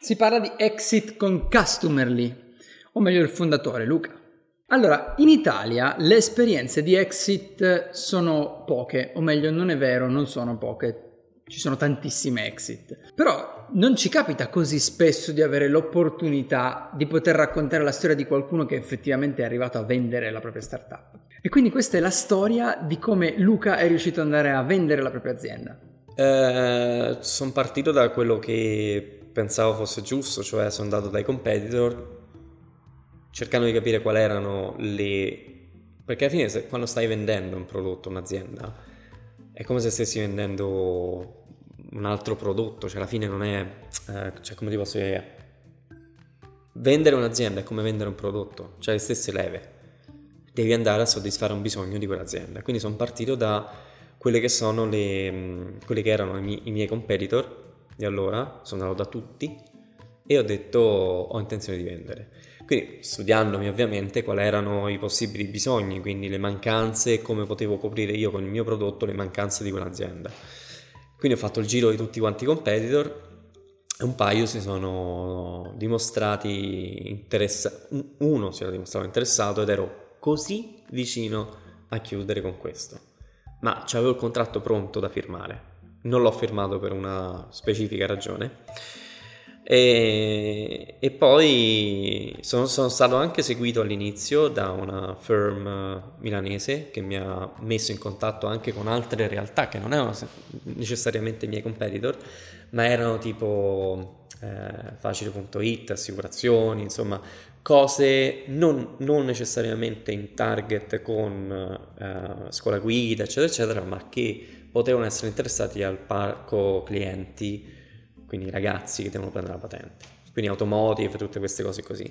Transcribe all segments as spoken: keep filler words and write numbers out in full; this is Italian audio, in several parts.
Si parla di exit con Customerly, o meglio il fondatore Luca. Allora, in Italia le esperienze di exit sono poche, o meglio non è vero, non sono poche, ci sono tantissime exit. Però non ci capita così spesso di avere l'opportunità di poter raccontare la storia di qualcuno che effettivamente è arrivato a vendere la propria startup. E quindi questa è la storia di come Luca è riuscito ad andare a vendere la propria azienda. Eh, sono partito da quello che pensavo fosse giusto, cioè sono andato dai competitor cercando di capire quali erano le... perché alla fine se, quando stai vendendo un prodotto, un'azienda, è come se stessi vendendo un altro prodotto, cioè alla fine non è... Eh, cioè come ti posso dire... Vendere un'azienda è come vendere un prodotto, cioè le stesse leve. Devi andare a soddisfare un bisogno di quell'azienda. Quindi sono partito da quelle che sono le... quelli che erano i miei, i miei competitor di allora, sono andato da tutti e ho detto ho intenzione di vendere. Quindi studiandomi ovviamente quali erano i possibili bisogni, quindi le mancanze e come potevo coprire io con il mio prodotto le mancanze di quell'azienda. Quindi ho fatto il giro di tutti quanti i competitor e un paio si sono dimostrati interessati, uno si era dimostrato interessato ed ero così vicino a chiudere con questo. Ma c'avevo il contratto pronto da firmare, non l'ho firmato per una specifica ragione. E, e poi sono, sono stato anche seguito all'inizio da una firm milanese che mi ha messo in contatto anche con altre realtà che non erano necessariamente i miei competitor, ma erano tipo eh, facile punto it, assicurazioni, insomma cose non, non necessariamente in target con eh, scuola guida eccetera eccetera, ma che potevano essere interessati al parco clienti, quindi ragazzi che devono prendere la patente, quindi automotive, tutte queste cose così.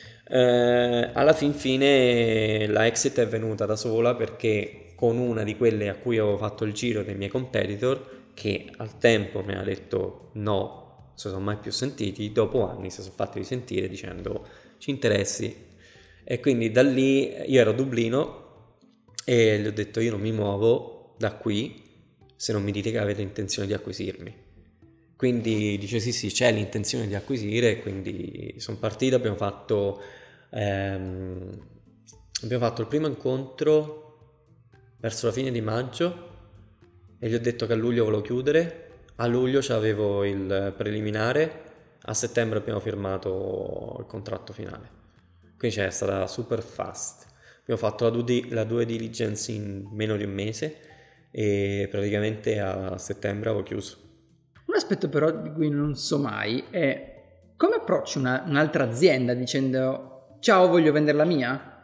Eh, alla fin fine la exit è venuta da sola perché con una di quelle a cui avevo fatto il giro dei miei competitor, che al tempo mi ha detto no, non si sono mai più sentiti, dopo anni si sono fatti risentire dicendo ci interessi, e quindi da lì io ero a Dublino e gli ho detto io non mi muovo da qui se non mi dite che avete intenzione di acquisirmi. Quindi dice sì sì c'è l'intenzione di acquisire, quindi sono partito, abbiamo fatto ehm, abbiamo fatto il primo incontro verso la fine di maggio e gli ho detto che a luglio volevo chiudere, a luglio c'avevo il preliminare, a settembre abbiamo firmato il contratto finale, quindi c'è stata super fast. Abbiamo fatto la due, la due diligence in meno di un mese e praticamente a settembre avevo chiuso. Un aspetto però di cui non so mai è come approcci una, un'altra azienda dicendo ciao voglio vendere la mia?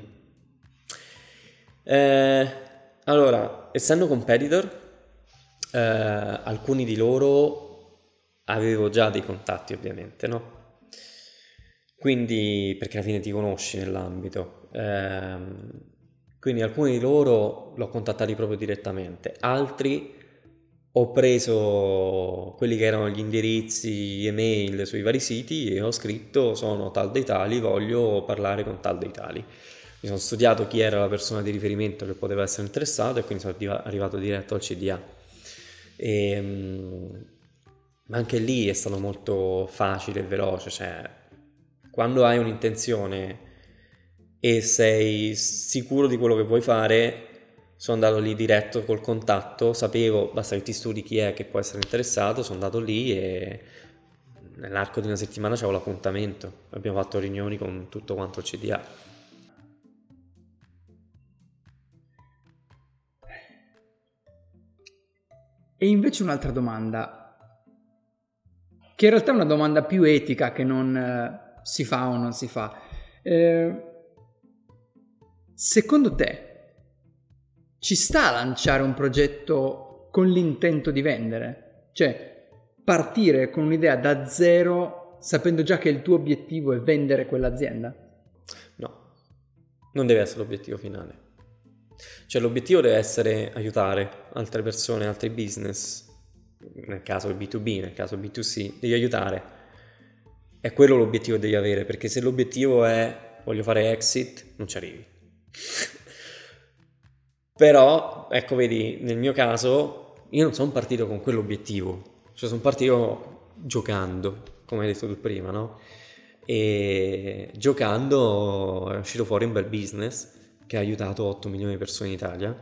eh, allora, essendo competitor, eh, alcuni di loro avevo già dei contatti ovviamente, no? Quindi perché alla fine ti conosci nell'ambito, eh, quindi alcuni di loro l'ho contattati proprio direttamente, altri ho preso quelli che erano gli indirizzi email sui vari siti e ho scritto sono tal dei tali, voglio parlare con tal dei tali. Mi sono studiato chi era la persona di riferimento che poteva essere interessato e quindi sono arrivato diretto al C D A. E, ma anche lì è stato molto facile e veloce, cioè quando hai un'intenzione e sei sicuro di quello che vuoi fare, sono andato lì diretto col contatto, sapevo, basta che ti studi chi è che può essere interessato, sono andato lì e nell'arco di una settimana c'avevo l'appuntamento, abbiamo fatto riunioni con tutto quanto il C D A. E invece un'altra domanda, che in realtà è una domanda più etica che non eh, si fa o non si fa. Eh, secondo te ci sta a lanciare un progetto con l'intento di vendere? Cioè partire con un'idea da zero sapendo già che il tuo obiettivo è vendere quell'azienda? No, non deve essere l'obiettivo finale. Cioè l'obiettivo deve essere aiutare altre persone, altri business, nel caso B due B, nel caso B due C, devi aiutare. È quello l'obiettivo che devi avere, perché se l'obiettivo è voglio fare exit, non ci arrivi. Però, ecco, vedi, nel mio caso io non sono partito con quell'obiettivo, cioè sono partito giocando, come hai detto tu prima, no? E giocando è uscito fuori un bel business che ha aiutato otto milioni di persone in Italia,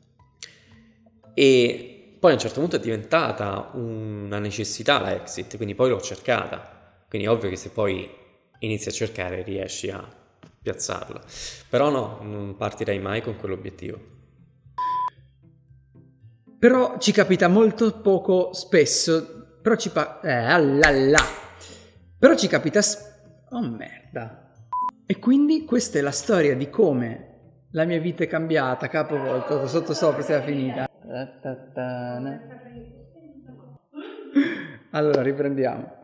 e poi a un certo punto è diventata una necessità la Exit, quindi poi l'ho cercata, quindi è ovvio che se poi inizi a cercare riesci a piazzarla, però no, non partirei mai con quell'obiettivo. Però ci capita molto poco spesso, però ci pa- eh, allala. Però ci capita sp- oh merda. E quindi questa è la storia di come la mia vita è cambiata, capovolto, sotto sopra si è finita. Allora riprendiamo.